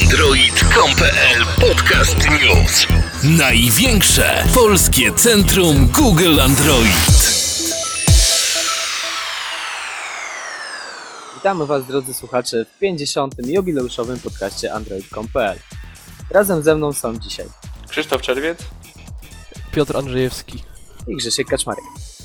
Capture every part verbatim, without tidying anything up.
Android kropka com kropka pe el Podcast News. Największe polskie centrum Google Android. Witamy Was, drodzy słuchacze, w pięćdziesiątym jubileuszowym podcaście Android kropka com kropka pe el. Razem ze mną są dzisiaj Krzysztof Czerwiec, Piotr Andrzejewski i Grzesiek Kaczmarek.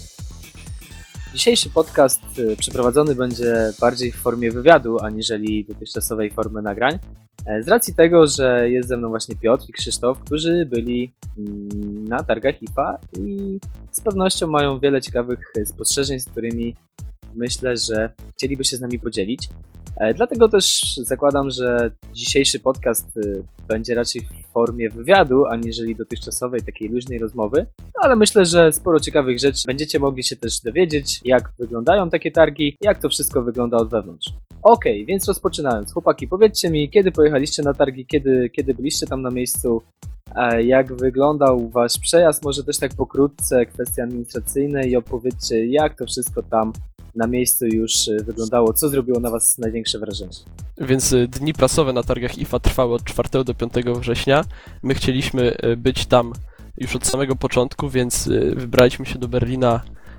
Dzisiejszy podcast przeprowadzony będzie bardziej w formie wywiadu, aniżeli dotychczasowej formy nagrań. Z racji tego, że jest ze mną właśnie Piotr i Krzysztof, którzy byli na targach I F A i z pewnością mają wiele ciekawych spostrzeżeń, z którymi myślę, że chcieliby się z nami podzielić. Dlatego też zakładam, że dzisiejszy podcast będzie raczej w formie wywiadu, aniżeli dotychczasowej takiej luźnej rozmowy. No ale myślę, że sporo ciekawych rzeczy będziecie mogli się też dowiedzieć, jak wyglądają takie targi, jak to wszystko wygląda od wewnątrz. Okej, okay, więc rozpoczynając. Chłopaki, powiedzcie mi, kiedy pojechaliście na targi, kiedy, kiedy byliście tam na miejscu, jak wyglądał wasz przejazd, może też tak pokrótce, kwestie administracyjne i opowiedzcie, jak to wszystko tam na miejscu już wyglądało, co zrobiło na was największe wrażenie. Więc dni prasowe na targach I F A trwały od czwartego do piątego września. My chcieliśmy być tam już od samego początku, więc wybraliśmy się do Berlina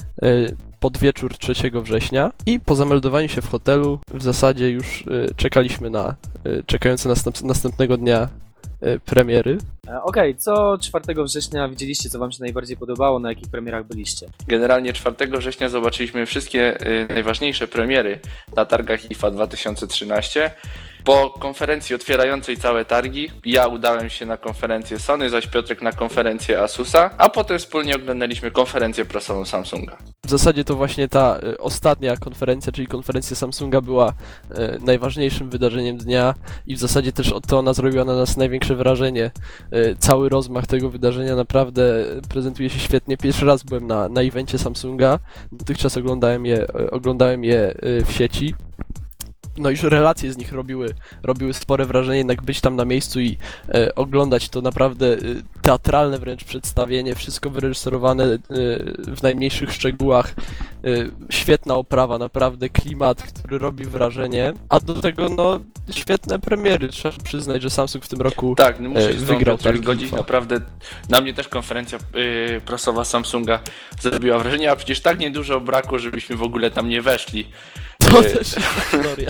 pod wieczór trzeciego września i po zameldowaniu się w hotelu w zasadzie już czekaliśmy na czekające następ- następnego dnia premiery. Okej, okay, co czwartego września widzieliście, co wam się najbardziej podobało, na jakich premierach byliście? Generalnie czwartego września zobaczyliśmy wszystkie y, najważniejsze premiery na targach I F A dwa tysiące trzynaście. Po konferencji otwierającej całe targi ja udałem się na konferencję Sony, zaś Piotrek na konferencję Asusa, a potem wspólnie oglądaliśmy konferencję prasową Samsunga. W zasadzie to właśnie ta y, ostatnia konferencja, czyli konferencja Samsunga była y, najważniejszym wydarzeniem dnia i w zasadzie też to ona zrobiła na nas największe wrażenie. Y, cały rozmach tego wydarzenia naprawdę prezentuje się świetnie. Pierwszy raz byłem na, na evencie Samsunga, dotychczas oglądałem je, y, oglądałem je y, w sieci. No już relacje z nich robiły, robiły spore wrażenie, jednak być tam na miejscu i e, oglądać to naprawdę e, teatralne wręcz przedstawienie, wszystko wyreżyserowane e, w najmniejszych szczegółach, e, świetna oprawa, naprawdę klimat, który robi wrażenie, a do tego no świetne premiery, trzeba przyznać, że Samsung w tym roku tak, no muszę e, wygrał tak zgodzić, naprawdę naprawdę na mnie też konferencja yy, prasowa Samsunga zrobiła wrażenie, a przecież tak niedużo brakło, żebyśmy w ogóle tam nie weszli. To też jest historia.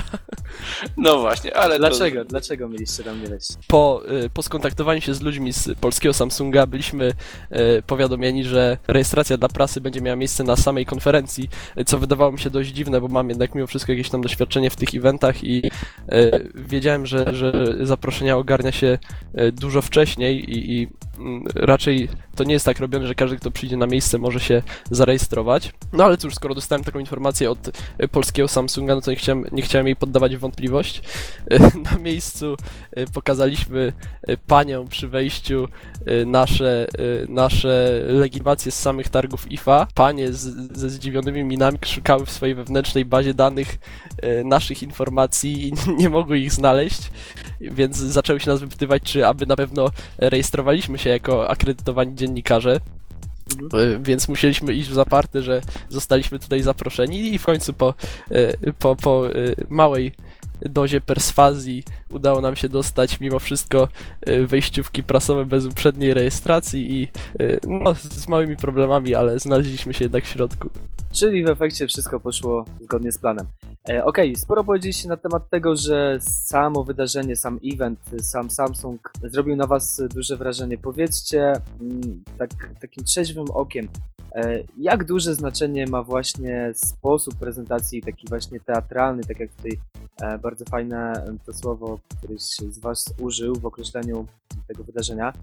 No właśnie, ale Dlaczego? to... Dlaczego mieliście tam nie wejść? Po, po skontaktowaniu się z ludźmi z polskiego Samsunga byliśmy powiadomieni, że rejestracja dla prasy będzie miała miejsce na samej konferencji, co wydawało mi się dość dziwne, bo mam jednak mimo wszystko jakieś tam doświadczenie w tych eventach i wiedziałem, że, że zaproszenia ogarnia się dużo wcześniej i, i raczej to nie jest tak robione, że każdy, kto przyjdzie na miejsce, może się zarejestrować. No ale cóż, skoro dostałem taką informację od polskiego Samsunga, no to nie chciałem, nie chciałem jej poddawać w wątpliwość. Na miejscu pokazaliśmy paniom przy wejściu nasze, nasze legitymacje z samych targów I F A. Panie z, ze zdziwionymi minami szukały w swojej wewnętrznej bazie danych naszych informacji i nie mogły ich znaleźć, więc zaczęły się nas wypytywać, czy aby na pewno rejestrowaliśmy się jako akredytowani dziennikarze. Mhm. Więc musieliśmy iść w zaparte, że zostaliśmy tutaj zaproszeni i w końcu po, po, po małej dozie perswazji udało nam się dostać mimo wszystko wejściówki prasowe bez uprzedniej rejestracji i no, z małymi problemami, ale znaleźliśmy się jednak w środku. Czyli w efekcie wszystko poszło zgodnie z planem. E, Okej, okay, sporo powiedzieliście na temat tego, że samo wydarzenie, sam event, sam Samsung zrobił na was duże wrażenie. Powiedzcie tak, takim trzeźwym okiem, e, jak duże znaczenie ma właśnie sposób prezentacji, taki właśnie teatralny, tak jak tutaj e, bardzo fajne to słowo, któreś z was użył w określeniu tego wydarzenia.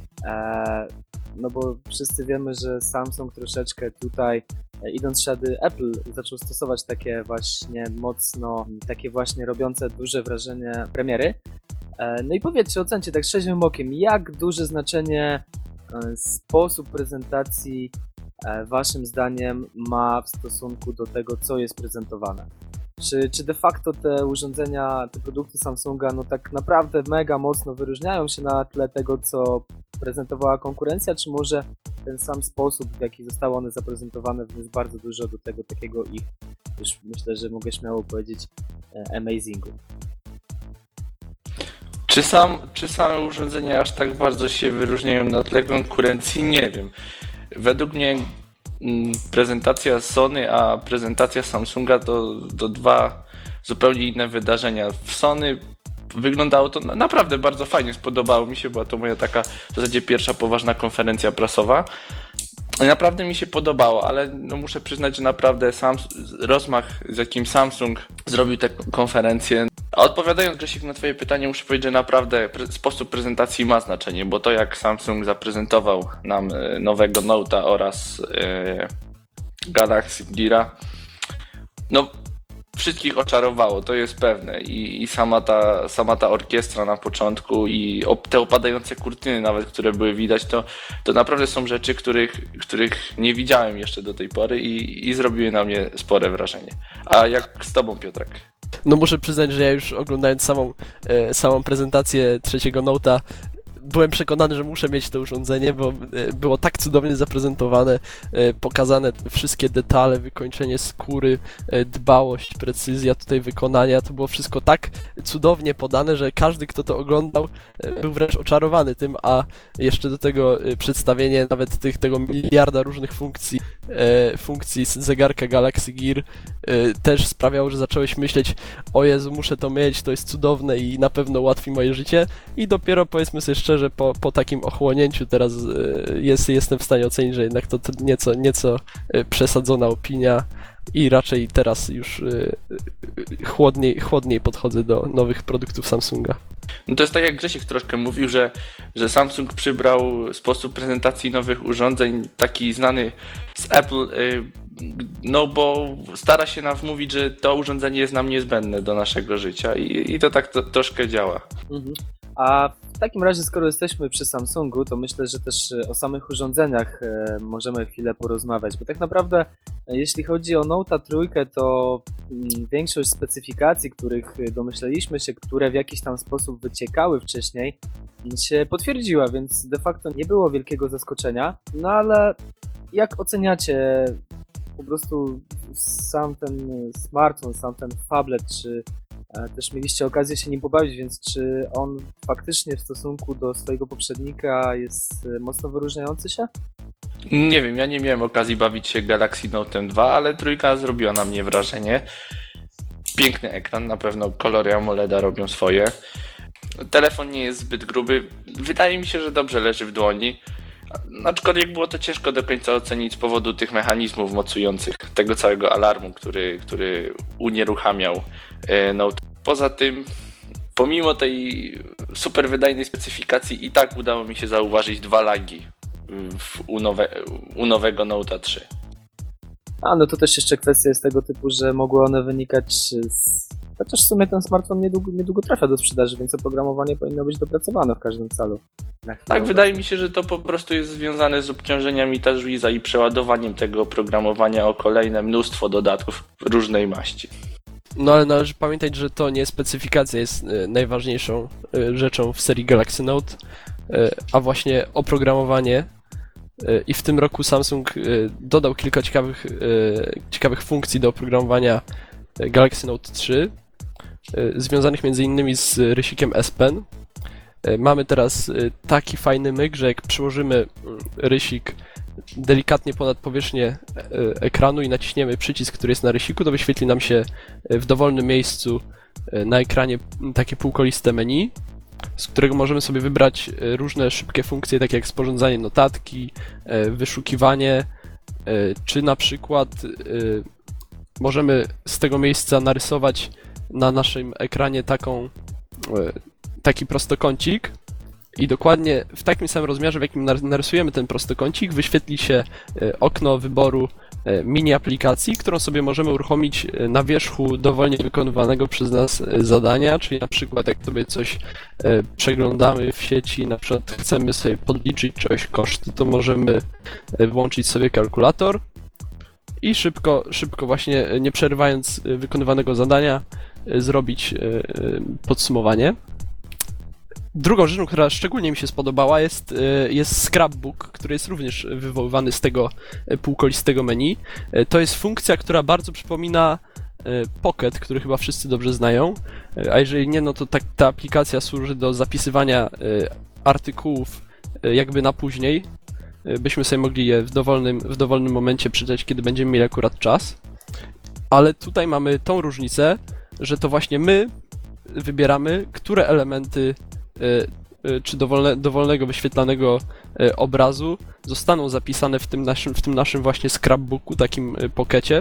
E, no bo wszyscy wiemy, że Samsung troszeczkę tutaj, idąc ślady Apple, zaczął stosować takie właśnie mocno, takie właśnie robiące duże wrażenie premiery. No i powiedzcie, ocencie tak trzeźwym okiem, jak duże znaczenie sposób prezentacji waszym zdaniem ma w stosunku do tego, co jest prezentowane? Czy, czy de facto te urządzenia, te produkty Samsunga no tak naprawdę mega mocno wyróżniają się na tle tego, co prezentowała konkurencja, czy może ten sam sposób, w jaki zostały one zaprezentowane, wniósł bardzo dużo do tego takiego ich, już myślę, że mogę śmiało powiedzieć, amazingu? Czy, sam, czy same urządzenia aż tak bardzo się wyróżniają na tle konkurencji? Nie wiem. Według mnie mm, prezentacja Sony, a prezentacja Samsunga to, to dwa zupełnie inne wydarzenia. W Sony wyglądało to naprawdę bardzo fajnie, spodobało mi się, była to moja taka w zasadzie pierwsza poważna konferencja prasowa. Naprawdę mi się podobało, ale no muszę przyznać, że naprawdę sam rozmach, z jakim Samsung zrobił tę konferencję. A odpowiadając, Grzesiek, na twoje pytanie, muszę powiedzieć, że naprawdę pre- sposób prezentacji ma znaczenie, bo to jak Samsung zaprezentował nam e, nowego Note'a oraz e, Galaxy Gear'a, no wszystkich oczarowało, to jest pewne. I, i sama, ta, sama ta orkiestra na początku i op, te opadające kurtyny nawet, które były widać, to, to naprawdę są rzeczy, których, których nie widziałem jeszcze do tej pory i, i zrobiły na mnie spore wrażenie. A jak z tobą, Piotrek? No muszę przyznać, że ja już oglądając samą, e, samą prezentację trzeciego Note'a byłem przekonany, że muszę mieć to urządzenie, bo e, było tak cudownie zaprezentowane, e, pokazane wszystkie detale, wykończenie skóry, e, dbałość, precyzja tutaj wykonania, to było wszystko tak cudownie podane, że każdy, kto to oglądał, e, był wręcz oczarowany tym, a jeszcze do tego e, przedstawienie nawet tych, tego miliarda różnych funkcji, e, funkcji z zegarka Galaxy Gear e, też sprawiało, że zacząłeś myśleć, o Jezu, muszę to mieć, to jest cudowne i na pewno ułatwi moje życie i dopiero, powiedzmy sobie szczerze, po, po takim ochłonięciu teraz e, jest, jestem w stanie ocenić, że jednak to, to nieco, nieco e, przesadzona opinia i raczej teraz już e, chłodniej, chłodniej podchodzę do nowych produktów Samsunga. No to jest tak jak Grzesiek troszkę mówił, że, że Samsung przybrał sposób prezentacji nowych urządzeń taki znany z Apple, no bo stara się nam wmówić, że to urządzenie jest nam niezbędne do naszego życia i, i to tak to, troszkę działa. Mhm. A w takim razie, skoro jesteśmy przy Samsungu, to myślę, że też o samych urządzeniach e, możemy chwilę porozmawiać, bo tak naprawdę e, jeśli chodzi o Note'a trójkę, to mm, większość specyfikacji, których domyśleliśmy się, które w jakiś tam sposób wyciekały wcześniej, się potwierdziła, więc de facto nie było wielkiego zaskoczenia. No ale jak oceniacie po prostu sam ten smartfon, sam ten phablet, czy też mieliście okazję się nim pobawić, więc czy on faktycznie w stosunku do swojego poprzednika jest mocno wyróżniający się? Nie wiem, ja nie miałem okazji bawić się Galaxy Note dwa, ale trójka zrobiła na mnie wrażenie. Piękny ekran, na pewno kolory AMOLEDa robią swoje. Telefon nie jest zbyt gruby, wydaje mi się, że dobrze leży w dłoni. Aczkolwiek było to ciężko do końca ocenić z powodu tych mechanizmów mocujących, tego całego alarmu, który, który unieruchamiał Note. Poza tym, pomimo tej super wydajnej specyfikacji, i tak udało mi się zauważyć dwa lagi w, u, nowe, u nowego Note'a trzy. A no to też jeszcze kwestia jest tego typu, że mogły one wynikać z... Chociaż w sumie ten smartfon niedługo, niedługo trafia do sprzedaży, więc oprogramowanie powinno być dopracowane w każdym celu. Tak, wydaje mi się, że to po prostu jest związane z obciążeniami TouchWiza i przeładowaniem tego oprogramowania o kolejne mnóstwo dodatków różnej maści. No ale należy pamiętać, że to nie specyfikacja jest e, najważniejszą e, rzeczą w serii Galaxy Note, e, a właśnie oprogramowanie. E, I w tym roku Samsung e, dodał kilka ciekawych, e, ciekawych funkcji do oprogramowania Galaxy Note trzy, e, związanych między innymi z rysikiem S Pen. E, mamy teraz e, taki fajny myk, że jak przyłożymy rysik delikatnie ponad powierzchnię ekranu i naciśniemy przycisk, który jest na rysiku, to wyświetli nam się w dowolnym miejscu na ekranie takie półkoliste menu, z którego możemy sobie wybrać różne szybkie funkcje, takie jak sporządzanie notatki, wyszukiwanie, czy na przykład możemy z tego miejsca narysować na naszym ekranie taką, taki prostokącik. I dokładnie w takim samym rozmiarze, w jakim narysujemy ten prostokącik, wyświetli się okno wyboru mini aplikacji, którą sobie możemy uruchomić na wierzchu dowolnie wykonywanego przez nas zadania, czyli na przykład jak sobie coś przeglądamy w sieci, na przykład chcemy sobie podliczyć czegoś koszty, to możemy włączyć sobie kalkulator i szybko, szybko właśnie nie przerywając wykonywanego zadania zrobić podsumowanie. Drugą rzeczą, która szczególnie mi się spodobała, jest, jest scrapbook, który jest również wywoływany z tego półkolistego menu. To jest funkcja, która bardzo przypomina Pocket, który chyba wszyscy dobrze znają, a jeżeli nie, no to ta, ta aplikacja służy do zapisywania artykułów jakby na później, byśmy sobie mogli je w dowolnym, w dowolnym momencie przeczytać, kiedy będziemy mieli akurat czas. Ale tutaj mamy tą różnicę, że to właśnie my wybieramy, które elementy czy dowolne, dowolnego wyświetlanego obrazu zostaną zapisane w tym naszym, w tym naszym właśnie scrapbooku, takim pokecie.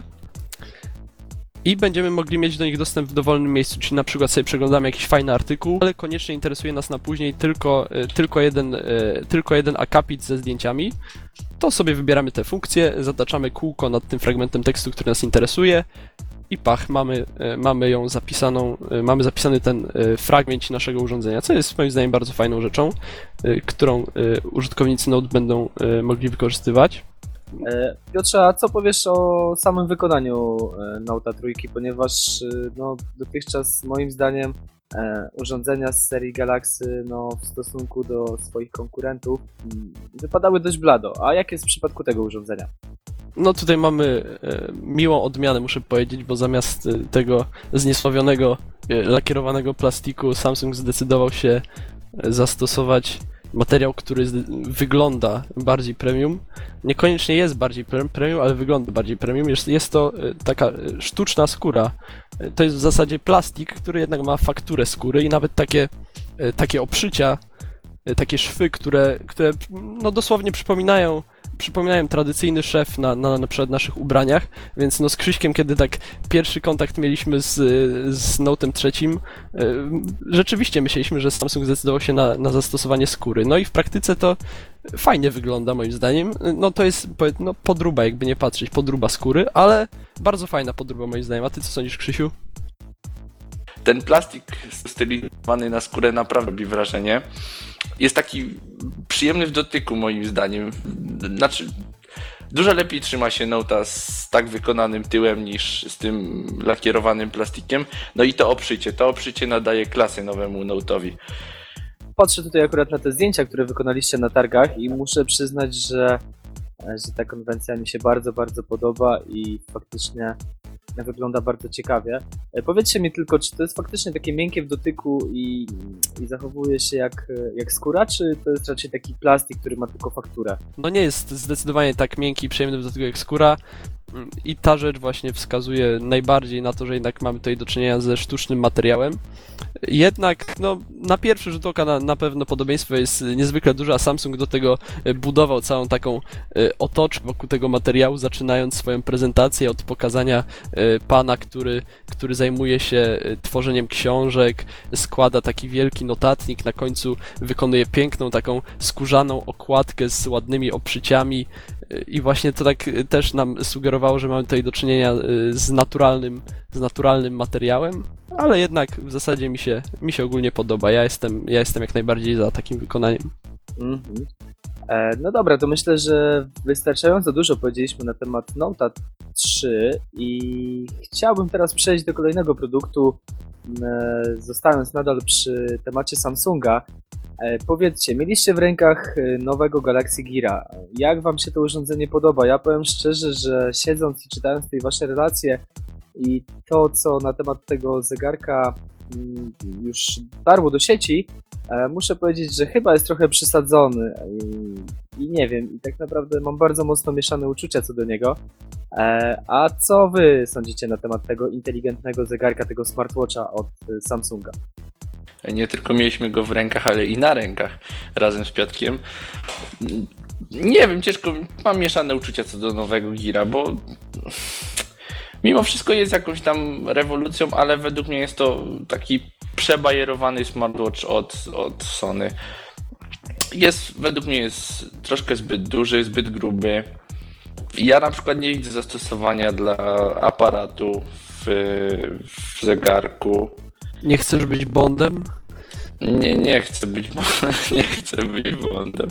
I będziemy mogli mieć do nich dostęp w dowolnym miejscu, czyli na przykład sobie przeglądamy jakiś fajny artykuł, ale koniecznie interesuje nas na później tylko, tylko, jeden, tylko jeden akapit ze zdjęciami. To sobie wybieramy te funkcje, zataczamy kółko nad tym fragmentem tekstu, który nas interesuje i pach, mamy, mamy ją zapisaną, mamy zapisany ten fragment naszego urządzenia, co jest moim zdaniem bardzo fajną rzeczą, którą użytkownicy Node będą mogli wykorzystywać. Piotrze, a co powiesz o samym wykonaniu Note'a trójki, ponieważ no, dotychczas moim zdaniem urządzenia z serii Galaxy no, w stosunku do swoich konkurentów wypadały dość blado, a jak jest w przypadku tego urządzenia? No tutaj mamy e, miłą odmianę, muszę powiedzieć, bo zamiast e, tego zniesławionego, e, lakierowanego plastiku Samsung zdecydował się e, zastosować materiał, który z, wygląda bardziej premium. Niekoniecznie jest bardziej pre, premium, ale wygląda bardziej premium. Jest, jest to e, taka e, sztuczna skóra. E, to jest w zasadzie plastik, który jednak ma fakturę skóry i nawet takie, e, takie oprzycia, e, takie szwy, które, które no dosłownie przypominają Przypominają tradycyjny szef na, na, na przykład naszych ubraniach, więc no z Krzyśkiem, kiedy tak pierwszy kontakt mieliśmy z, z Note'em trzecim, rzeczywiście myśleliśmy, że Samsung zdecydował się na, na zastosowanie skóry. No i w praktyce to fajnie wygląda moim zdaniem. No to jest no, podróba, jakby nie patrzeć, podróba skóry, ale bardzo fajna podróba moim zdaniem. A ty co sądzisz, Krzysiu? Ten plastik stylizowany na skórę naprawdę robi wrażenie. Jest taki przyjemny w dotyku moim zdaniem. Znaczy, dużo lepiej trzyma się Note'a z tak wykonanym tyłem niż z tym lakierowanym plastikiem. No i to oprzycie, to oprzycie nadaje klasy nowemu Note'owi. Patrzę tutaj akurat na te zdjęcia, które wykonaliście na targach i muszę przyznać, że, że ta konwencja mi się bardzo, bardzo podoba i faktycznie wygląda bardzo ciekawie. Powiedzcie mi tylko, czy to jest faktycznie takie miękkie w dotyku i, i zachowuje się jak, jak skóra, czy to jest raczej taki plastik, który ma tylko fakturę? No nie jest zdecydowanie tak miękki i przyjemny w dotyku jak skóra. I ta rzecz właśnie wskazuje najbardziej na to, że jednak mamy tutaj do czynienia ze sztucznym materiałem. Jednak no, na pierwszy rzut oka na, na pewno podobieństwo jest niezwykle duże, a Samsung do tego budował całą taką otoczkę wokół tego materiału, zaczynając swoją prezentację od pokazania pana, który, który zajmuje się tworzeniem książek, składa taki wielki notatnik, na końcu wykonuje piękną taką skórzaną okładkę z ładnymi oprzyciami i właśnie to tak też nam sugerowało, że mamy tutaj do czynienia z naturalnym, z naturalnym materiałem, ale jednak w zasadzie mi się, mi się ogólnie podoba. Ja jestem, ja jestem jak najbardziej za takim wykonaniem. Mm-hmm. E, no dobra, to myślę, że wystarczająco dużo powiedzieliśmy na temat Note'a trzy i chciałbym teraz przejść do kolejnego produktu, e, zostając nadal przy temacie Samsunga. E, powiedzcie, mieliście w rękach nowego Galaxy Geara. Jak wam się to urządzenie podoba? Ja powiem szczerze, że siedząc i czytając tutaj wasze relacje i to, co na temat tego zegarka mm, już dotarło do sieci, e, muszę powiedzieć, że chyba jest trochę przesadzony i, i nie wiem, i tak naprawdę mam bardzo mocno mieszane uczucia co do niego. E, a co wy sądzicie na temat tego inteligentnego zegarka, tego smartwatcha od e, Samsunga? Nie tylko mieliśmy go w rękach, ale i na rękach razem z Piotkiem. Nie wiem, ciężko, mam mieszane uczucia co do nowego Geara, bo mimo wszystko jest jakąś tam rewolucją, ale według mnie jest to taki przebajerowany smartwatch od, od Sony. Jest, według mnie jest troszkę zbyt duży, zbyt gruby. Ja na przykład nie widzę zastosowania dla aparatu w, w zegarku. Nie chcesz być Bondem? Nie, nie chcę być nie chcę być Bondem.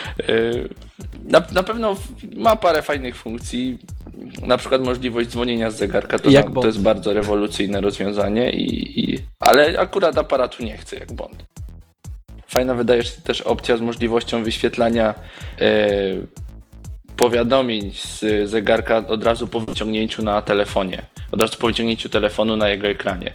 Na, na pewno ma parę fajnych funkcji. Na przykład możliwość dzwonienia z zegarka, to, jak na, Bond. to jest bardzo rewolucyjne rozwiązanie, i, i, ale akurat aparatu nie chcę jak Bond. Fajna wydaje się też opcja z możliwością wyświetlania e, powiadomień z zegarka od razu po wyciągnięciu na telefonie, od razu po wyciągnięciu telefonu na jego ekranie.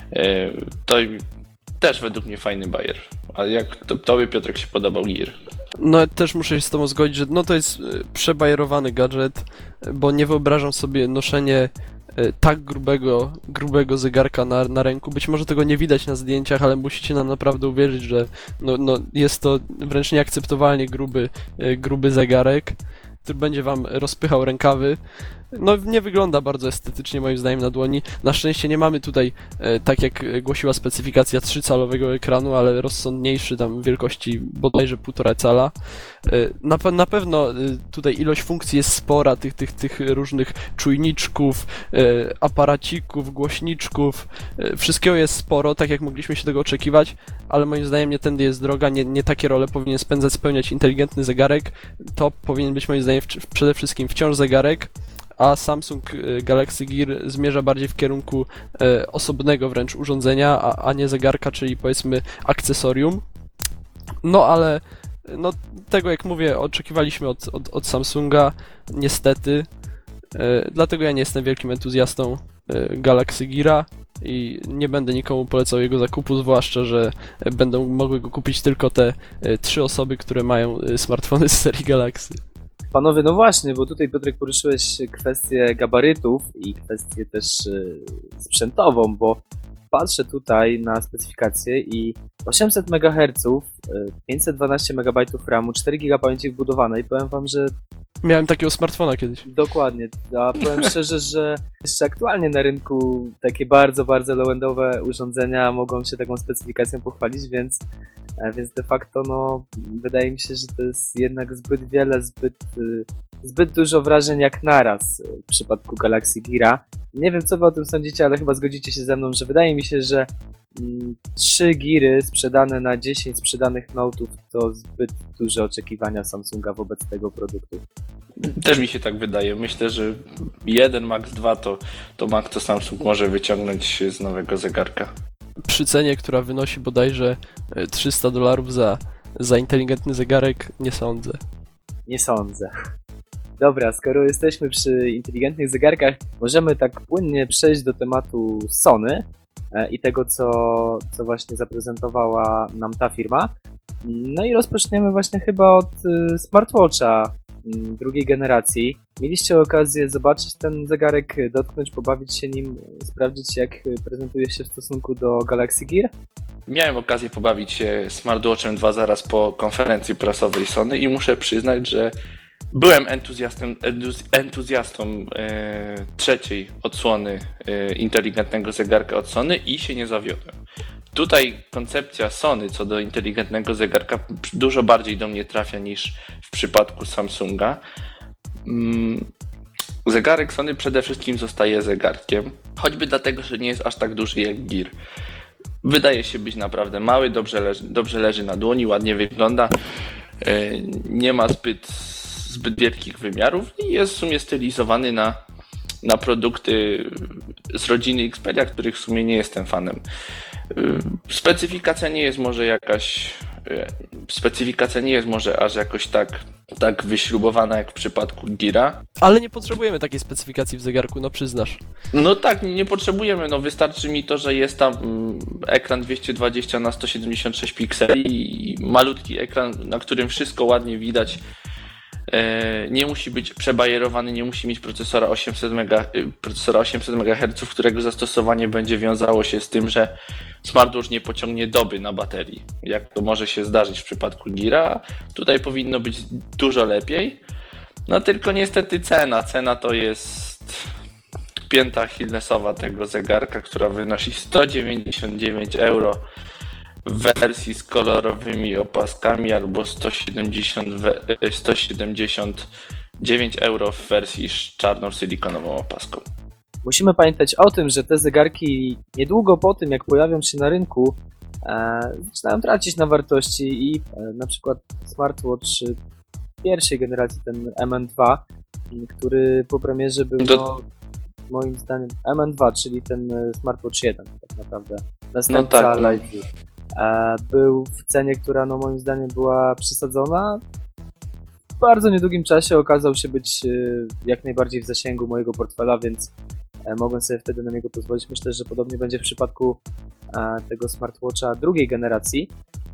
To też według mnie fajny bajer. A jak to, tobie, Piotrek, się podobał Gear? No też muszę się z tobą zgodzić, że no to jest e, przebajerowany gadżet, bo nie wyobrażam sobie noszenie e, tak grubego, grubego zegarka na, na ręku. Być może tego nie widać na zdjęciach, ale musicie nam naprawdę uwierzyć, że no, no jest to wręcz nieakceptowalnie gruby, e, gruby zegarek, który będzie wam rozpychał rękawy. No nie wygląda bardzo estetycznie moim zdaniem na dłoni. Na szczęście nie mamy tutaj, e, tak jak głosiła specyfikacja, trzycalowego ekranu, ale rozsądniejszy, tam wielkości bodajże półtora cala. E, na, pe- na pewno e, tutaj ilość funkcji jest spora, tych, tych, tych różnych czujniczków, e, aparacików, głośniczków, e, wszystkiego jest sporo, tak jak mogliśmy się tego oczekiwać, ale moim zdaniem nie tędy jest droga, nie, nie takie role powinien spędzać, spełniać inteligentny zegarek. To powinien być moim zdaniem w, przede wszystkim wciąż zegarek, a Samsung Galaxy Gear zmierza bardziej w kierunku e, osobnego wręcz urządzenia, a, a nie zegarka, czyli powiedzmy akcesorium. No ale no, tego, jak mówię, oczekiwaliśmy od, od, od Samsunga, niestety. E, dlatego ja nie jestem wielkim entuzjastą e, Galaxy Geara i nie będę nikomu polecał jego zakupu, zwłaszcza, że będą mogły go kupić tylko te e, trzy osoby, które mają e, smartfony z serii Galaxy. Panowie, no właśnie, bo tutaj, Piotrek, poruszyłeś kwestię gabarytów i kwestię też y, sprzętową, bo patrzę tutaj na specyfikację i osiemset megaherców, y, pięćset dwanaście megabajtów ramu, cztery giga pamięci wbudowanej. Powiem wam, że Miałem takiego smartfona kiedyś. dokładnie, a powiem szczerze, że jeszcze aktualnie na rynku takie bardzo, bardzo low-endowe urządzenia mogą się taką specyfikacją pochwalić, więc, e, więc de facto no, wydaje mi się, że to jest jednak zbyt wiele, zbyt, y, zbyt dużo wrażeń jak naraz y, w przypadku Galaxy Geara. Nie wiem, co wy o tym sądzicie, ale chyba zgodzicie się ze mną, że wydaje mi się, że mm, trzy giry sprzedane na dziesięć sprzedanych Note'ów to zbyt duże oczekiwania Samsunga wobec tego produktu. Też mi się tak wydaje. Myślę, że jeden, max dwa to, to max to Samsung może wyciągnąć z nowego zegarka. Przy cenie, która wynosi bodajże e, trzysta dolarów za, za inteligentny zegarek, nie sądzę. Nie sądzę. Dobra, skoro jesteśmy przy inteligentnych zegarkach, możemy tak płynnie przejść do tematu Sony e, i tego, co, co właśnie zaprezentowała nam ta firma. No i rozpoczniemy właśnie chyba od y, smartwatcha y, drugiej generacji. Mieliście okazję zobaczyć ten zegarek, dotknąć, pobawić się nim, sprawdzić, jak prezentuje się w stosunku do Galaxy Gear? Miałem okazję pobawić się Smartwatchem dwa zaraz po konferencji prasowej Sony i muszę przyznać, że byłem entuzjastą, entuz- entuzjastą e, trzeciej odsłony e, inteligentnego zegarka od Sony i się nie zawiodłem. Tutaj koncepcja Sony co do inteligentnego zegarka dużo bardziej do mnie trafia niż w przypadku Samsunga. Mm, zegarek Sony przede wszystkim zostaje zegarkiem, choćby dlatego, że nie jest aż tak duży jak Gear. Wydaje się być naprawdę mały, dobrze leży, dobrze leży na dłoni, ładnie wygląda, e, nie ma zbyt zbyt wielkich wymiarów i jest w sumie stylizowany na, na produkty z rodziny Xperia, których w sumie nie jestem fanem. Specyfikacja nie jest może jakaś specyfikacja nie jest może aż jakoś tak, tak wyśrubowana jak w przypadku Geara. Ale nie potrzebujemy takiej specyfikacji w zegarku, no przyznasz. No tak, nie potrzebujemy, no wystarczy mi to, że jest tam ekran dwieście dwadzieścia na sto siedemdziesiąt sześć pikseli i malutki ekran, na którym wszystko ładnie widać. Nie musi być przebajerowany, nie musi mieć procesora osiemset mega, procesora osiemset megaherców, którego zastosowanie będzie wiązało się z tym, że smartwatch nie pociągnie doby na baterii, jak to może się zdarzyć w przypadku Geara. Tutaj powinno być dużo lepiej, no tylko niestety cena, cena to jest pięta achillesowa tego zegarka, która wynosi sto dziewięćdziesiąt dziewięć euro w wersji z kolorowymi opaskami albo sto siedemdziesiąt, sto siedemdziesiąt dziewięć euro w wersji z czarną silikonową opaską. Musimy pamiętać o tym, że te zegarki niedługo po tym, jak pojawią się na rynku, e, zaczynają tracić na wartości i e, na przykład smartwatch pierwszej generacji, ten M N dwa, który po premierze był Do... no, moim zdaniem M N dwa, czyli ten smartwatch jeden tak naprawdę, następca no tak, Live, e, był w cenie, która no moim zdaniem była przesadzona. bardzo niedługim czasie okazał się być jak najbardziej w zasięgu mojego portfela, więc mogłem sobie wtedy na niego pozwolić. Myślę, że podobnie będzie w przypadku tego smartwatcha drugiej generacji.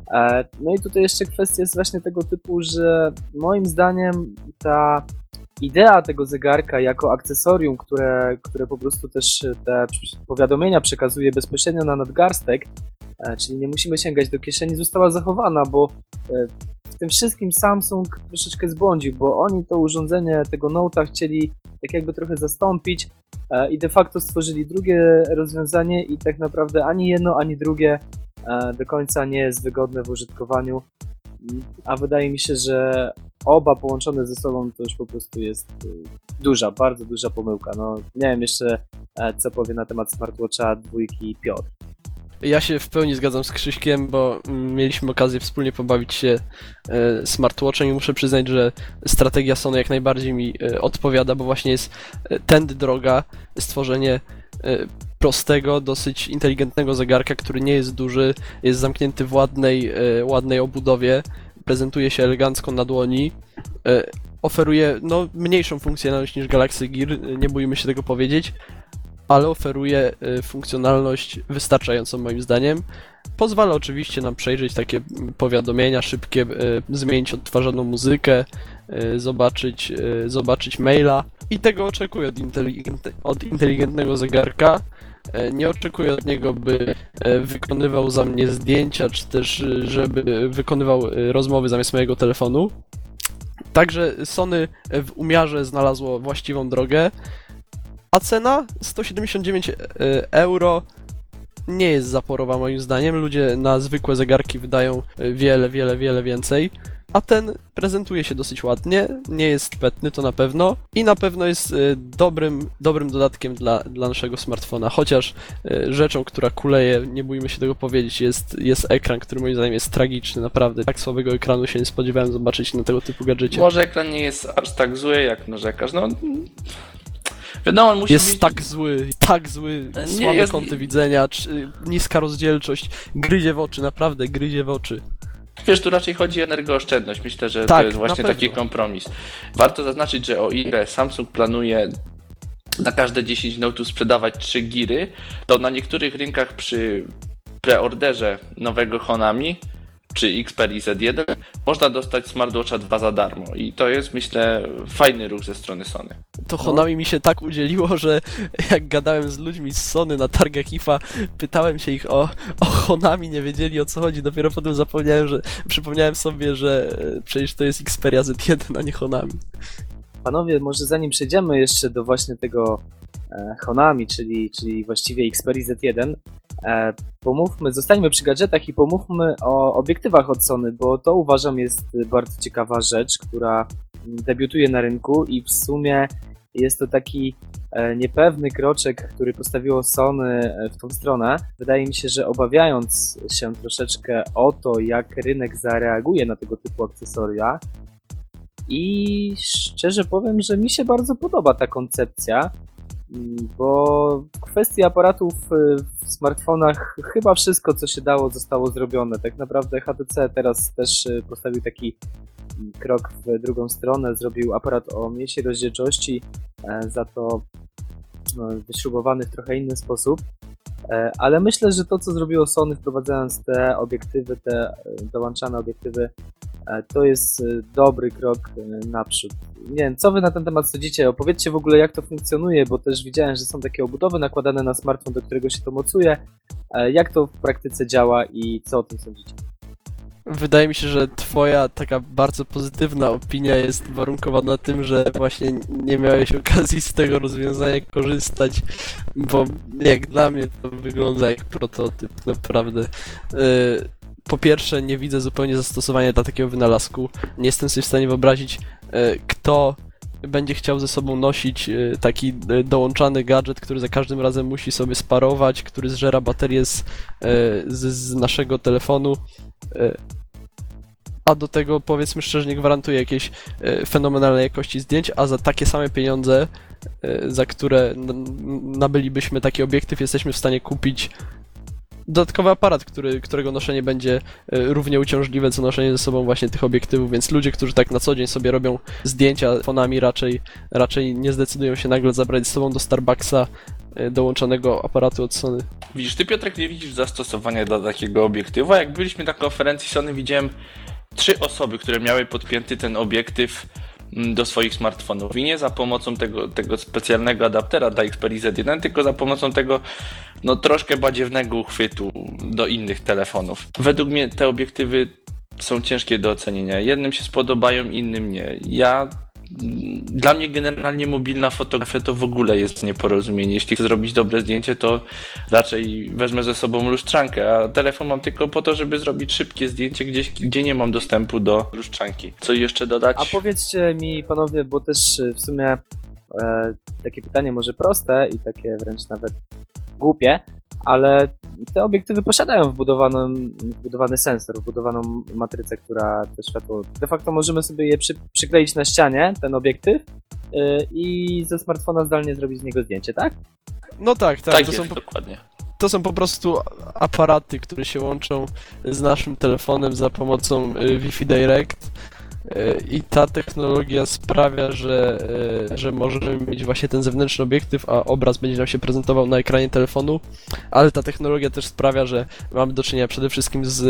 No i tutaj jeszcze kwestia jest właśnie tego typu, że moim zdaniem ta idea tego zegarka jako akcesorium, które, które po prostu też te powiadomienia przekazuje bezpośrednio na nadgarstek, czyli nie musimy sięgać do kieszeni, została zachowana, bo w tym wszystkim Samsung troszeczkę zbłądził, bo oni to urządzenie tego Note'a chcieli tak jakby trochę zastąpić i de facto stworzyli drugie rozwiązanie i tak naprawdę ani jedno, ani drugie do końca nie jest wygodne w użytkowaniu, a wydaje mi się, że oba połączone ze sobą to już po prostu jest duża, bardzo duża pomyłka. No, nie wiem jeszcze, co powie na temat smartwatcha dwójki Piotr. Ja się w pełni zgadzam z Krzyśkiem, bo mieliśmy okazję wspólnie pobawić się smartwatchem i muszę przyznać, że strategia Sony jak najbardziej mi odpowiada, bo właśnie jest tędy droga, stworzenie prostego, dosyć inteligentnego zegarka, który nie jest duży, jest zamknięty w ładnej, ładnej obudowie, prezentuje się elegancko na dłoni, oferuje no, mniejszą funkcjonalność niż Galaxy Gear, nie bójmy się tego powiedzieć, ale oferuje funkcjonalność wystarczającą moim zdaniem. Pozwala oczywiście nam przejrzeć takie powiadomienia szybkie, zmienić odtwarzaną muzykę, zobaczyć, zobaczyć maila i tego oczekuję od, inteligent, od inteligentnego zegarka. Nie oczekuję od niego, by wykonywał za mnie zdjęcia, czy też żeby wykonywał rozmowy zamiast mojego telefonu. Także Sony w umiarze znalazło właściwą drogę. A cena sto siedemdziesiąt dziewięć euro nie jest zaporowa moim zdaniem. Ludzie na zwykłe zegarki wydają wiele, wiele, wiele więcej. A ten prezentuje się dosyć ładnie, nie jest petny to na pewno i na pewno jest dobrym, dobrym dodatkiem dla, dla naszego smartfona. Chociaż rzeczą, która kuleje, nie bójmy się tego powiedzieć, jest, jest ekran, który moim zdaniem jest tragiczny, naprawdę. Tak słabego ekranu się nie spodziewałem zobaczyć na tego typu gadżecie. Może ekran nie jest aż tak zły, jak narzekasz, no... Wiadomo, on musi jest być... tak zły, tak zły, słabe jest... kąty widzenia, czy, niska rozdzielczość, gryzie w oczy, naprawdę gryzie w oczy. Wiesz, tu raczej chodzi o energooszczędność. Myślę, że tak, to jest właśnie taki kompromis. Warto zaznaczyć, że o ile Samsung planuje na każde dziesięć Note'ów sprzedawać trzy giry, to na niektórych rynkach przy preorderze nowego Honami czy Xperia Z jeden można dostać smartwatcha dwa za darmo i to jest, myślę, fajny ruch ze strony Sony. To Honami mi się tak udzieliło, że jak gadałem z ludźmi z Sony na targach I F A, pytałem się ich o, o Honami, nie wiedzieli o co chodzi, dopiero potem zapomniałem, że przypomniałem sobie, że przecież to jest Xperia Z jeden, a nie Honami. Panowie, może zanim przejdziemy jeszcze do właśnie tego e, Honami, czyli, czyli właściwie Xperia Z jeden, e, pomówmy, zostańmy przy gadżetach i pomówmy o obiektywach od Sony, bo to uważam jest bardzo ciekawa rzecz, która debiutuje na rynku i w sumie jest to taki e, niepewny kroczek, który postawiło Sony w tą stronę. Wydaje mi się, że obawiając się troszeczkę o to, jak rynek zareaguje na tego typu akcesoria, i szczerze powiem, że mi się bardzo podoba ta koncepcja, bo w kwestii aparatów w smartfonach chyba wszystko, co się dało, zostało zrobione. Tak naprawdę H T C teraz też postawił taki krok w drugą stronę, zrobił aparat o mniejszej rozdzielczości, za to wyśrubowany w trochę inny sposób. Ale myślę, że to, co zrobiło Sony, wprowadzając te obiektywy, te dołączane obiektywy, to jest dobry krok naprzód. Nie wiem, co wy na ten temat sądzicie? Opowiedzcie w ogóle, jak to funkcjonuje, bo też widziałem, że są takie obudowy nakładane na smartfon, do którego się to mocuje. Jak to w praktyce działa i co o tym sądzicie? Wydaje mi się, że twoja taka bardzo pozytywna opinia jest warunkowana tym, że właśnie nie miałeś okazji z tego rozwiązania korzystać, bo jak dla mnie to wygląda jak prototyp, naprawdę. Po pierwsze, nie widzę zupełnie zastosowania dla takiego wynalazku. Nie jestem sobie w stanie wyobrazić, kto będzie chciał ze sobą nosić taki dołączany gadżet, który za każdym razem musi sobie sparować, który zżera baterię z, z, z naszego telefonu. A do tego, powiedzmy szczerze, nie gwarantuje jakiejś fenomenalnej jakości zdjęć, a za takie same pieniądze, za które nabylibyśmy taki obiektyw, jesteśmy w stanie kupić dodatkowy aparat, który, którego noszenie będzie e, równie uciążliwe, co noszenie ze sobą właśnie tych obiektywów, więc ludzie, którzy tak na co dzień sobie robią zdjęcia telefonami, raczej, raczej nie zdecydują się nagle zabrać z sobą do Starbucksa e, dołączonego aparatu od Sony. Widzisz, ty Piotrek nie widzisz zastosowania dla takiego obiektywu, a jak byliśmy na konferencji Sony, widziałem trzy osoby, które miały podpięty ten obiektyw do swoich smartfonów i nie za pomocą tego, tego specjalnego adaptera dla Xperia Z jeden, tylko za pomocą tego no troszkę badziewnego uchwytu do innych telefonów. Według mnie te obiektywy są ciężkie do ocenienia. Jednym się spodobają, innym nie. Ja Dla mnie generalnie mobilna fotografia to w ogóle jest nieporozumienie. Jeśli chcę zrobić dobre zdjęcie, to raczej wezmę ze sobą lustrzankę, a telefon mam tylko po to, żeby zrobić szybkie zdjęcie gdzieś, gdzie nie mam dostępu do lustrzanki. Co jeszcze dodać? A powiedzcie mi, panowie, bo też w sumie e, takie pytanie może proste i takie wręcz nawet głupie, ale te obiektywy posiadają wbudowaną, wbudowany sensor, wbudowaną matrycę, która to światło... De facto możemy sobie je przy, przykleić na ścianie, ten obiektyw, yy, i ze smartfona zdalnie zrobić z niego zdjęcie, tak? No tak, tak. Tak to, jest, są po, dokładnie. to są po prostu aparaty, które się łączą z naszym telefonem za pomocą y, Wi-Fi Direct. I ta technologia sprawia, że, że możemy mieć właśnie ten zewnętrzny obiektyw, a obraz będzie nam się prezentował na ekranie telefonu, ale ta technologia też sprawia, że mamy do czynienia przede wszystkim z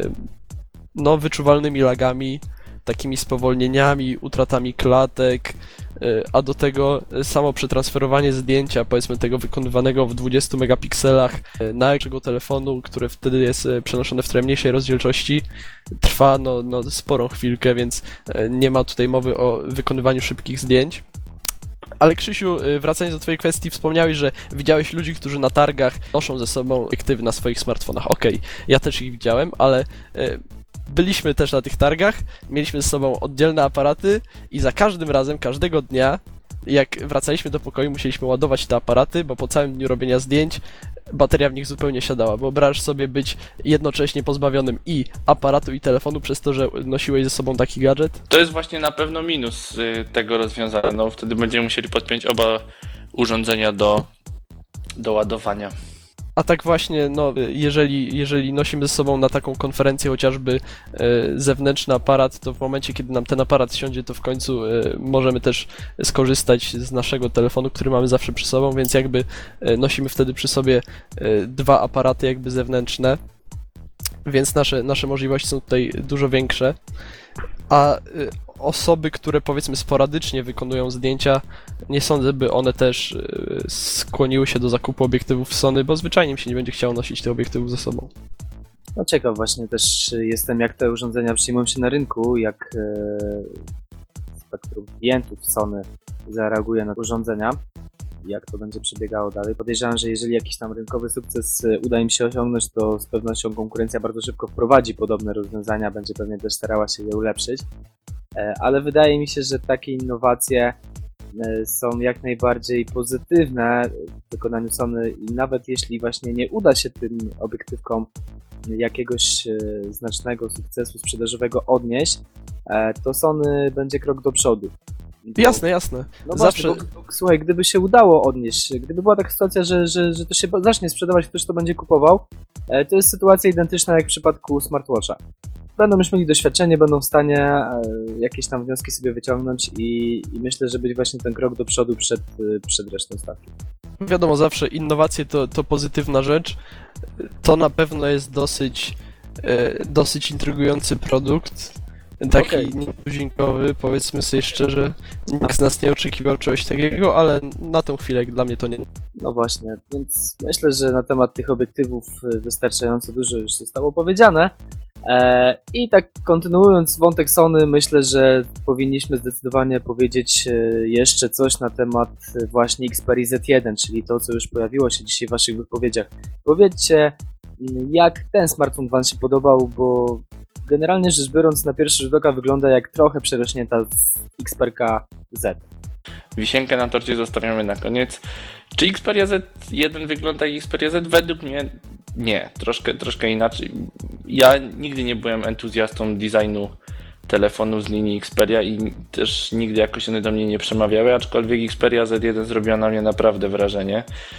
no, wyczuwalnymi lagami, takimi spowolnieniami, utratami klatek, a do tego samo przetransferowanie zdjęcia, powiedzmy tego wykonywanego w dwudziestu megapikselach na ekran telefonu, które wtedy jest przenoszone w trochę mniejszej rozdzielczości, trwa no, no sporą chwilkę, więc nie ma tutaj mowy o wykonywaniu szybkich zdjęć. Ale Krzysiu, wracając do twojej kwestii, wspomniałeś, że widziałeś ludzi, którzy na targach noszą ze sobą obiektywy na swoich smartfonach. Okej, okay, ja też ich widziałem, ale byliśmy też na tych targach, mieliśmy ze sobą oddzielne aparaty i za każdym razem, każdego dnia, jak wracaliśmy do pokoju, musieliśmy ładować te aparaty, bo po całym dniu robienia zdjęć bateria w nich zupełnie siadała. Wyobraź sobie być jednocześnie pozbawionym i aparatu, i telefonu przez to, że nosiłeś ze sobą taki gadżet? To jest właśnie na pewno minus y, tego rozwiązania. No, wtedy będziemy musieli podpiąć oba urządzenia do, do ładowania. A tak właśnie, no, jeżeli, jeżeli nosimy ze sobą na taką konferencję chociażby e, zewnętrzny aparat, to w momencie, kiedy nam ten aparat siądzie, to w końcu e, możemy też skorzystać z naszego telefonu, który mamy zawsze przy sobą, więc jakby e, nosimy wtedy przy sobie e, dwa aparaty jakby zewnętrzne, więc nasze, nasze możliwości są tutaj dużo większe. A e, osoby, które powiedzmy sporadycznie wykonują zdjęcia, nie sądzę, by one też skłoniły się do zakupu obiektywów Sony, bo zwyczajnie im się nie będzie chciało nosić tych obiektywów ze sobą. No ciekaw właśnie też jestem, jak te urządzenia przyjmują się na rynku, jak e, spektrum klientów Sony zareaguje na urządzenia, jak to będzie przebiegało dalej. Podejrzewam, że jeżeli jakiś tam rynkowy sukces uda im się osiągnąć, to z pewnością konkurencja bardzo szybko wprowadzi podobne rozwiązania, będzie pewnie też starała się je ulepszyć. Ale wydaje mi się, że takie innowacje są jak najbardziej pozytywne w wykonaniu Sony i nawet jeśli właśnie nie uda się tym obiektywkom jakiegoś znacznego sukcesu sprzedażowego odnieść, to Sony będzie krok do przodu. Bo, jasne, jasne. No Zawsze... właśnie, bo, bo, słuchaj, gdyby się udało odnieść, gdyby była taka sytuacja, że, że, że to się zacznie sprzedawać, ktoś to będzie kupował, to jest sytuacja identyczna jak w przypadku smartwatcha. Będą już mieli doświadczenie, będą w stanie e, jakieś tam wnioski sobie wyciągnąć i, i myślę, że być właśnie ten krok do przodu przed, przed resztą stawki. Wiadomo, zawsze innowacje to, to pozytywna rzecz. To na pewno jest dosyć, e, dosyć intrygujący produkt. Taki Okay. nietuzinkowy, powiedzmy sobie szczerze. Nikt z nas nie oczekiwał czegoś takiego, ale na tą chwilę dla mnie to nie. No właśnie, więc myślę, że na temat tych obiektywów wystarczająco dużo już zostało powiedziane. I tak kontynuując wątek Sony, myślę, że powinniśmy zdecydowanie powiedzieć jeszcze coś na temat właśnie Xperia Z jeden, czyli to, co już pojawiło się dzisiaj w waszych wypowiedziach. Powiedzcie, jak ten smartfon wam się podobał, bo generalnie rzecz biorąc na pierwszy rzut oka wygląda jak trochę przerośnięta z Xperia Z. Wisienkę na torcie zostawiamy na koniec. Czy Xperia Z jeden wygląda jak Xperia Z? Według mnie nie, troszkę, troszkę inaczej. Ja nigdy nie byłem entuzjastą designu telefonu z linii Xperia i też nigdy jakoś one do mnie nie przemawiały, aczkolwiek Xperia Z jeden zrobiła na mnie naprawdę wrażenie.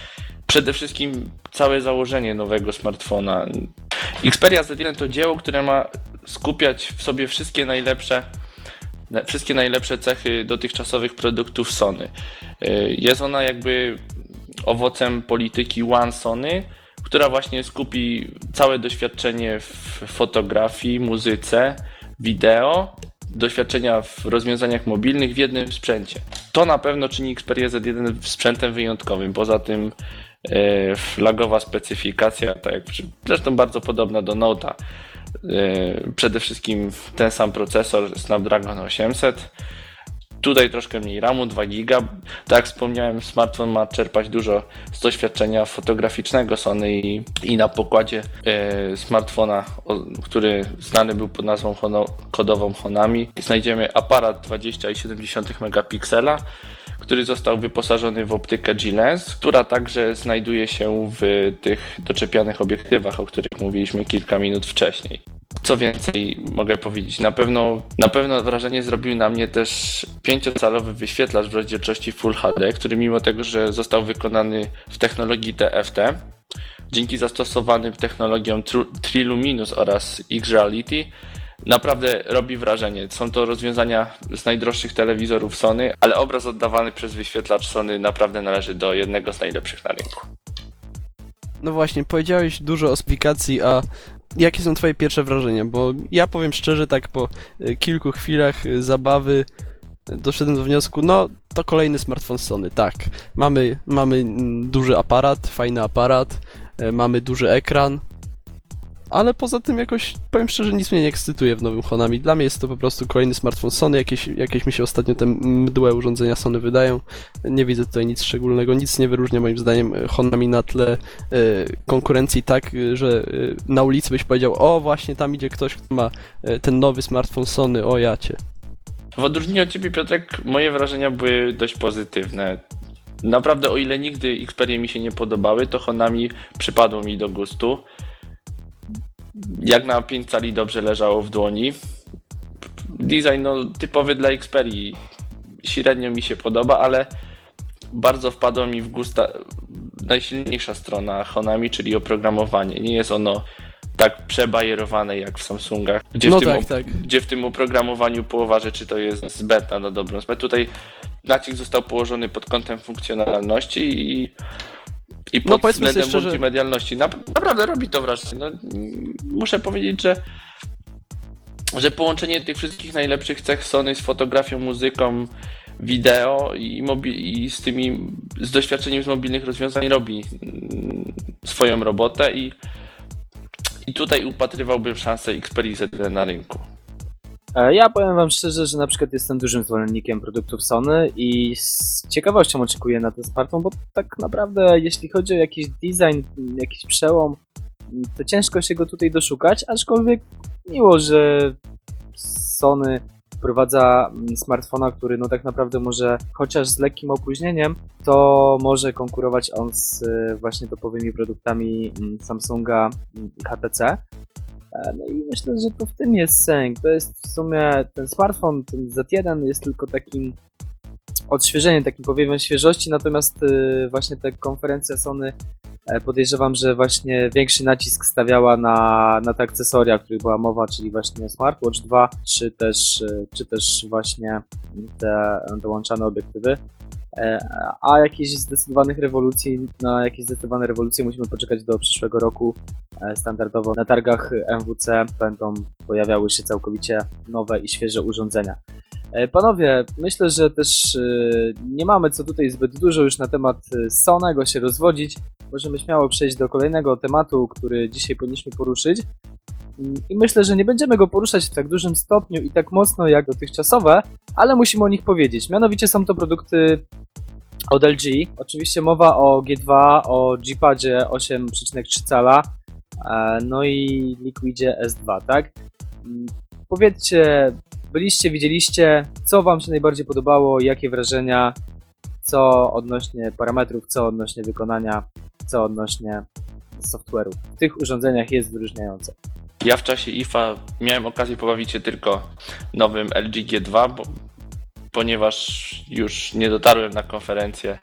przede wszystkim całe założenie nowego smartfona. Xperia Z jeden to dzieło, które ma skupiać w sobie wszystkie najlepsze wszystkie najlepsze cechy dotychczasowych produktów Sony. Jest ona jakby owocem polityki One Sony, która właśnie skupi całe doświadczenie w fotografii, muzyce, wideo, doświadczenia w rozwiązaniach mobilnych w jednym sprzęcie. To na pewno czyni Xperia Z jeden sprzętem wyjątkowym. Poza tym e, flagowa specyfikacja, tak jak zresztą bardzo podobna do Note'a. E, przede wszystkim ten sam procesor Snapdragon osiemset. Tutaj troszkę mniej ramu, dwa giga. Tak jak wspomniałem, smartfon ma czerpać dużo z doświadczenia fotograficznego Sony i, i na pokładzie e, smartfona, o, który znany był pod nazwą hono, kodową Honami, znajdziemy aparat dwadzieścia i siedem dziesiątych megapiksela, który został wyposażony w optykę G-Lens, która także znajduje się w tych doczepianych obiektywach, o których mówiliśmy kilka minut wcześniej. Co więcej mogę powiedzieć, na pewno, na pewno wrażenie zrobił na mnie też pięciocalowy wyświetlacz w rozdzielczości Full H D, który mimo tego, że został wykonany w technologii T F T, dzięki zastosowanym technologiom Triluminous oraz X-Reality, naprawdę robi wrażenie. Są to rozwiązania z najdroższych telewizorów Sony, ale obraz oddawany przez wyświetlacz Sony naprawdę należy do jednego z najlepszych na rynku. No właśnie, powiedziałeś dużo o specyfikacji, a jakie są twoje pierwsze wrażenia? Bo ja powiem szczerze, tak po y, kilku chwilach y, zabawy y, doszedłem do wniosku, no to kolejny smartfon Sony, tak. Mamy, mamy mm, duży aparat, fajny aparat, y, mamy duży ekran, ale poza tym jakoś, powiem szczerze, nic mnie nie ekscytuje w nowym Honami. Dla mnie jest to po prostu kolejny smartfon Sony, jakieś, jakieś mi się ostatnio te mdłe urządzenia Sony wydają. Nie widzę tutaj nic szczególnego, nic nie wyróżnia moim zdaniem Honami na tle y, konkurencji tak, y, że y, na ulicy byś powiedział, o właśnie tam idzie ktoś, kto ma y, ten nowy smartfon Sony, o jacie. W odróżnieniu od ciebie, Piotrek, moje wrażenia były dość pozytywne. Naprawdę, o ile nigdy Xperie mi się nie podobały, to Honami przypadło mi do gustu. Jak na pięć cali dobrze leżało w dłoni. Design no, typowy dla Xperii. Średnio mi się podoba, ale bardzo wpadła mi w gust najsilniejsza strona Honami, czyli oprogramowanie. Nie jest ono tak przebajerowane jak w Samsungach, gdzie, no w, tym, tak, tak. gdzie w tym oprogramowaniu połowa rzeczy to jest zbędna na dobrą sprawę. Tutaj nacisk został położony pod kątem funkcjonalności i I pod no, względem szczerze... multimedialności. Naprawdę robi to wrażenie. No, muszę powiedzieć, że, że połączenie tych wszystkich najlepszych cech Sony z fotografią, muzyką, wideo i, mobi- i z tymi z doświadczeniem z mobilnych rozwiązań robi swoją robotę i, i tutaj upatrywałbym szansę Xperia Z jeden na rynku. Ja powiem wam szczerze, że na przykład jestem dużym zwolennikiem produktów Sony i z ciekawością oczekuję na ten smartfon, bo tak naprawdę jeśli chodzi o jakiś design, jakiś przełom, to ciężko się go tutaj doszukać, aczkolwiek miło, że Sony wprowadza smartfona, który no tak naprawdę może, chociaż z lekkim opóźnieniem, to może konkurować on z właśnie topowymi produktami Samsunga i H T C. No i myślę, że to w tym jest sęk. To jest w sumie ten smartfon, ten Z jeden jest tylko takim odświeżeniem, takim powiewem świeżości, natomiast właśnie ta konferencja Sony, podejrzewam, że właśnie większy nacisk stawiała na, na te akcesoria, o których była mowa, czyli właśnie smartwatch dwa, czy też, czy też właśnie te dołączane obiektywy. A jakichś zdecydowanych rewolucji, na jakieś zdecydowane rewolucje musimy poczekać do przyszłego roku. Standardowo na targach M W C będą pojawiały się całkowicie nowe i świeże urządzenia. Panowie, myślę, że też nie mamy co tutaj zbyt dużo już na temat Sonego się rozwodzić. Możemy śmiało przejść do kolejnego tematu, który dzisiaj powinniśmy poruszyć. I myślę, że nie będziemy go poruszać w tak dużym stopniu i tak mocno jak dotychczasowe, ale musimy o nich powiedzieć. Mianowicie są to produkty od L G. Oczywiście mowa o G dwa, o G-Padzie osiem przecinek trzy cala, no i Liquidzie S dwa, tak? Powiedzcie, byliście, widzieliście, co wam się najbardziej podobało, jakie wrażenia, co odnośnie parametrów, co odnośnie wykonania, co odnośnie software'u. W tych urządzeniach jest wyróżniające. Ja w czasie I F A miałem okazję pobawić się tylko nowym L G G dwa, bo, ponieważ już nie dotarłem na konferencję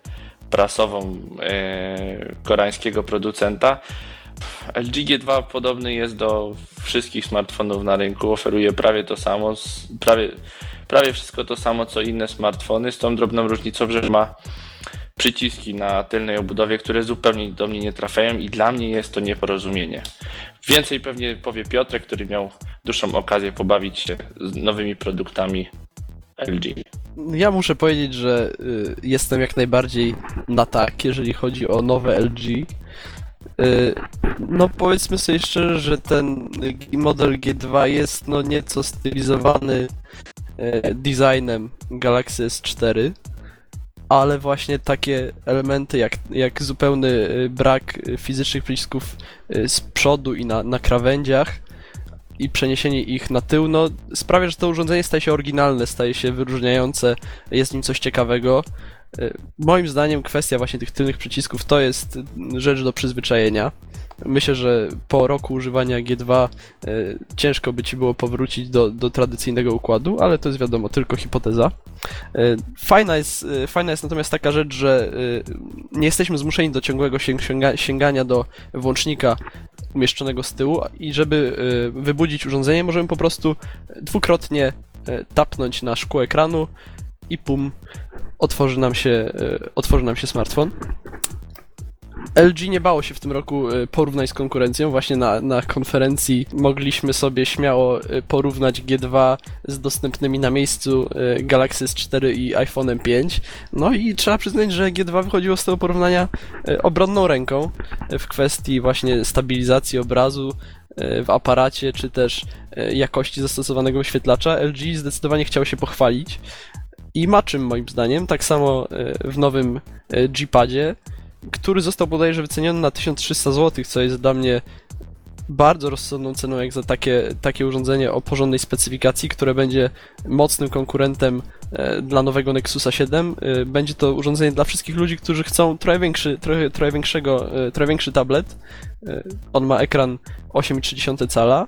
prasową e, koreańskiego producenta. L G G dwa podobny jest do wszystkich smartfonów na rynku, oferuje prawie to samo, prawie, prawie wszystko to samo co inne smartfony, z tą drobną różnicą, że ma przyciski na tylnej obudowie, które zupełnie do mnie nie trafiają i dla mnie jest to nieporozumienie. Więcej pewnie powie Piotrek, który miał dłuższą okazję pobawić się z nowymi produktami L G. Ja muszę powiedzieć, że y, jestem jak najbardziej na tak, jeżeli chodzi o nowe L G. Y, no powiedzmy sobie szczerze, że ten model G dwa jest no nieco stylizowany y, designem Galaxy S cztery, ale właśnie takie elementy jak, jak zupełny y, brak fizycznych przycisków y, z przodu i na, na krawędziach i przeniesienie ich na tył, no sprawia, że to urządzenie staje się oryginalne, staje się wyróżniające, jest w nim coś ciekawego. Moim zdaniem kwestia właśnie tych tylnych przycisków to jest rzecz do przyzwyczajenia. Myślę, że po roku używania G dwa y, ciężko by ci było powrócić do, do tradycyjnego układu, ale to jest wiadomo, tylko hipoteza. Y, fajna jest, y, fajna jest natomiast taka rzecz, że y, nie jesteśmy zmuszeni do ciągłego sięga, sięgania do włącznika umieszczonego z tyłu i żeby y, wybudzić urządzenie, możemy po prostu dwukrotnie y, tapnąć na szkło ekranu i pum, otworzy nam się, y, otworzy nam się smartfon. L G nie bało się w tym roku porównań z konkurencją. Właśnie na, na konferencji mogliśmy sobie śmiało porównać G dwa z dostępnymi na miejscu Galaxy S cztery i iPhone'em pięć. No i trzeba przyznać, że G dwa wychodziło z tego porównania obronną ręką w kwestii właśnie stabilizacji obrazu w aparacie, czy też jakości zastosowanego wyświetlacza. L G zdecydowanie chciał się pochwalić i ma czym moim zdaniem. Tak samo w nowym G-Padzie, który został bodajże wyceniony na tysiąc trzysta złotych, co jest dla mnie bardzo rozsądną ceną jak za takie, takie urządzenie o porządnej specyfikacji, które będzie mocnym konkurentem e, dla nowego Nexusa siedem. E, będzie to urządzenie dla wszystkich ludzi, którzy chcą trochę, większy, trochę, trochę, większego, e, trochę większy tablet. E, on ma ekran osiem przecinek trzy cala.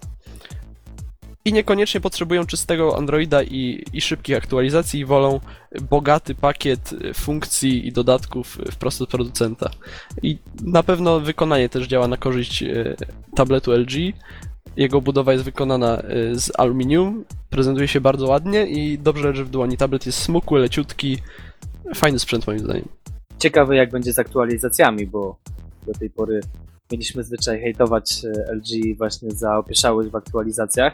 I niekoniecznie potrzebują czystego Androida i, i szybkich aktualizacji i wolą bogaty pakiet funkcji i dodatków wprost od producenta. I na pewno wykonanie też działa na korzyść tabletu L G. Jego budowa jest wykonana z aluminium, prezentuje się bardzo ładnie i dobrze leży w dłoni. Tablet jest smukły, leciutki, fajny sprzęt moim zdaniem. Ciekawe jak będzie z aktualizacjami, bo do tej pory mieliśmy zwyczaj hejtować L G właśnie za opieszałość w aktualizacjach.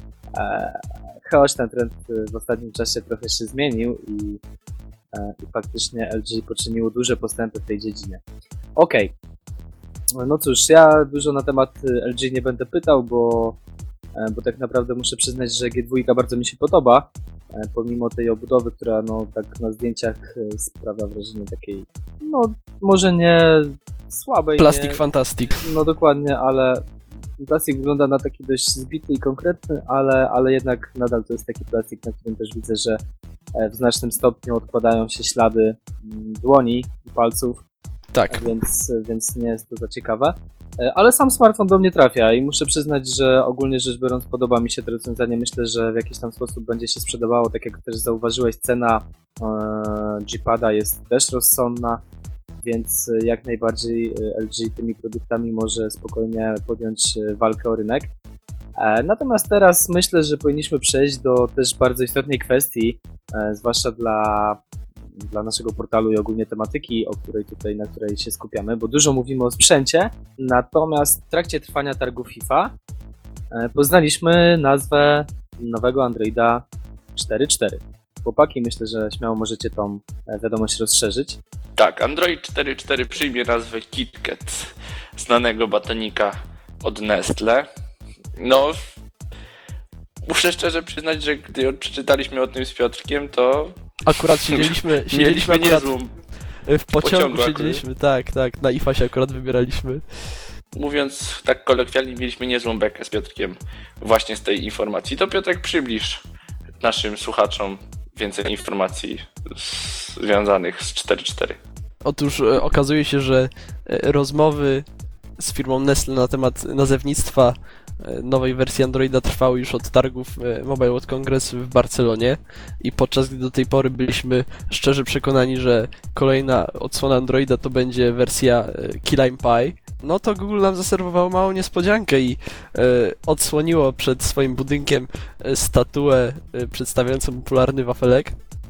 Choć ten trend w ostatnim czasie trochę się zmienił i, i faktycznie L G poczyniło duże postępy w tej dziedzinie. Okej, okay. No cóż, ja dużo na temat L G nie będę pytał, bo, bo tak naprawdę muszę przyznać, że G dwa bardzo mi się podoba, pomimo tej obudowy, która no tak na zdjęciach sprawia wrażenie takiej, no może nie słabej. Plastik nie, fantastic. No dokładnie, ale plastik wygląda na taki dość zbity i konkretny, ale, ale jednak nadal to jest taki plastik, na którym też widzę, że w znacznym stopniu odkładają się ślady dłoni i palców. Tak. Więc, więc nie jest to za ciekawe. Ale sam smartfon do mnie trafia i muszę przyznać, że ogólnie rzecz biorąc podoba mi się to rozwiązanie. Myślę, że w jakiś tam sposób będzie się sprzedawało. Tak jak też zauważyłeś, cena e, G-Pada jest też rozsądna, więc jak najbardziej L G tymi produktami może spokojnie podjąć walkę o rynek. E, natomiast teraz myślę, że powinniśmy przejść do też bardzo istotnej kwestii, e, zwłaszcza dla dla naszego portalu i ogólnie tematyki, o której tutaj, na której się skupiamy, bo dużo mówimy o sprzęcie, natomiast w trakcie trwania targu FIFA poznaliśmy nazwę nowego Androida cztery cztery. Chłopaki, myślę, że śmiało możecie tą wiadomość rozszerzyć. Tak, Android cztery cztery przyjmie nazwę KitKat, znanego batonika od Nestle. No, muszę szczerze przyznać, że gdy czytaliśmy o tym z Piotrkiem, to Akurat siedzieliśmy, siedzieliśmy mieliśmy akurat niezłą w pociągu, pociągu siedzieliśmy, akurat. tak, tak, na I F A się akurat wybieraliśmy. Mówiąc tak kolokwialnie, mieliśmy niezłą bekę z Piotrkiem właśnie z tej informacji. To Piotrek, przybliż naszym słuchaczom więcej informacji związanych z cztery cztery. Otóż e, okazuje się, że e, rozmowy z firmą Nestle na temat nazewnictwa nowej wersji Androida trwały już od targów Mobile World Congress w Barcelonie i podczas gdy do tej pory byliśmy szczerze przekonani, że kolejna odsłona Androida to będzie wersja Key Lime Pie, no to Google nam zaserwowało małą niespodziankę i e, odsłoniło przed swoim budynkiem statuę e, przedstawiającą popularny wafelek.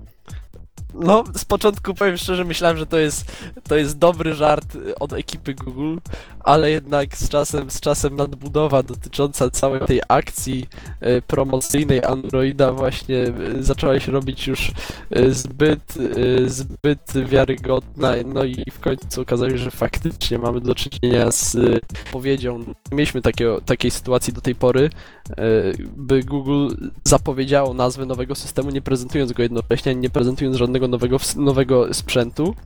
No, z początku powiem szczerze, myślałem, że to jest, to jest dobry żart od ekipy Google, ale jednak z czasem, z czasem nadbudowa dotycząca całej tej akcji e, promocyjnej Androida właśnie e, zaczęła się robić już e, zbyt, e, zbyt wiarygodna, no i w końcu okazało się, że faktycznie mamy do czynienia z e, powiedzią. Nie mieliśmy takiego, takiej sytuacji do tej pory, e, by Google zapowiedziało nazwę nowego systemu, nie prezentując go jednocześnie, ani nie prezentując żadnego nowego, nowego sprzętu,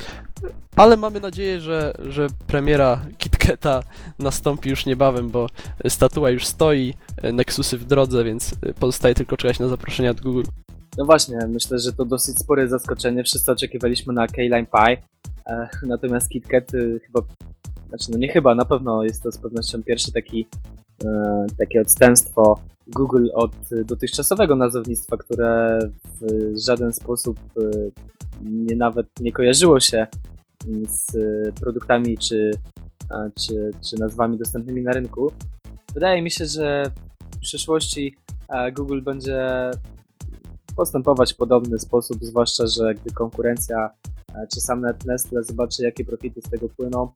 ale mamy nadzieję, że, że premiera KitKata nastąpi już niebawem, bo statua już stoi, Nexusy w drodze, więc pozostaje tylko czekać na zaproszenia od Google. No właśnie, myślę, że to dosyć spore zaskoczenie. Wszyscy oczekiwaliśmy na Key Lime Pie, e, natomiast KitKat y, chyba, znaczy no nie chyba, na pewno jest to z pewnością pierwszy taki e, takie odstępstwo Google od dotychczasowego nazewnictwa, które w żaden sposób y, nie nawet nie kojarzyło się z produktami czy, czy, czy nazwami dostępnymi na rynku. Wydaje mi się, że w przyszłości Google będzie postępować w podobny sposób, zwłaszcza, że gdy konkurencja czy sam Nestle zobaczy, jakie profity z tego płyną,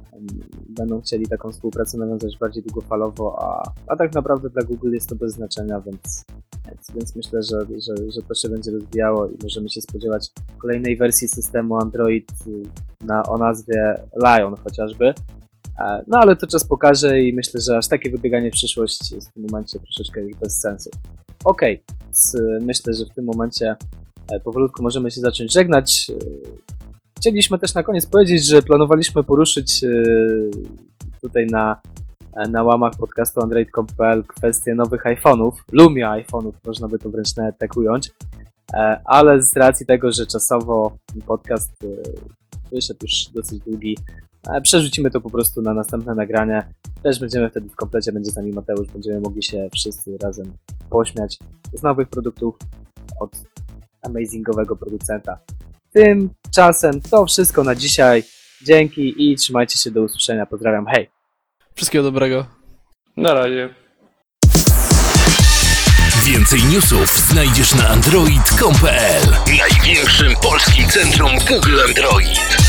będą chcieli taką współpracę nawiązać bardziej długofalowo, a, a tak naprawdę dla Google jest to bez znaczenia, więc, więc, więc myślę, że, że, że to się będzie rozwijało i możemy się spodziewać kolejnej wersji systemu Android na, o nazwie Lion chociażby. No ale to czas pokaże i myślę, że aż takie wybieganie w przyszłość jest w tym momencie troszeczkę już bez sensu. Okej, okay, myślę, że w tym momencie powolutku możemy się zacząć żegnać. Chcieliśmy też na koniec powiedzieć, że planowaliśmy poruszyć tutaj na, na łamach podcastu android kropka com kropka p l kwestię nowych iPhone'ów, Lumia iPhone'ów, można by to wręcz nawet tak ująć, ale z racji tego, że czasowo podcast wyszedł już dosyć długi, przerzucimy to po prostu na następne nagranie. Też będziemy wtedy w komplecie, będzie z nami Mateusz, będziemy mogli się wszyscy razem pośmiać z nowych produktów od amazingowego producenta. Tymczasem to wszystko na dzisiaj. Dzięki i trzymajcie się, do usłyszenia. Pozdrawiam, hej! Wszystkiego dobrego. Na razie. Więcej newsów znajdziesz na android kropka com kropka p l, największym polskim centrum Google Android.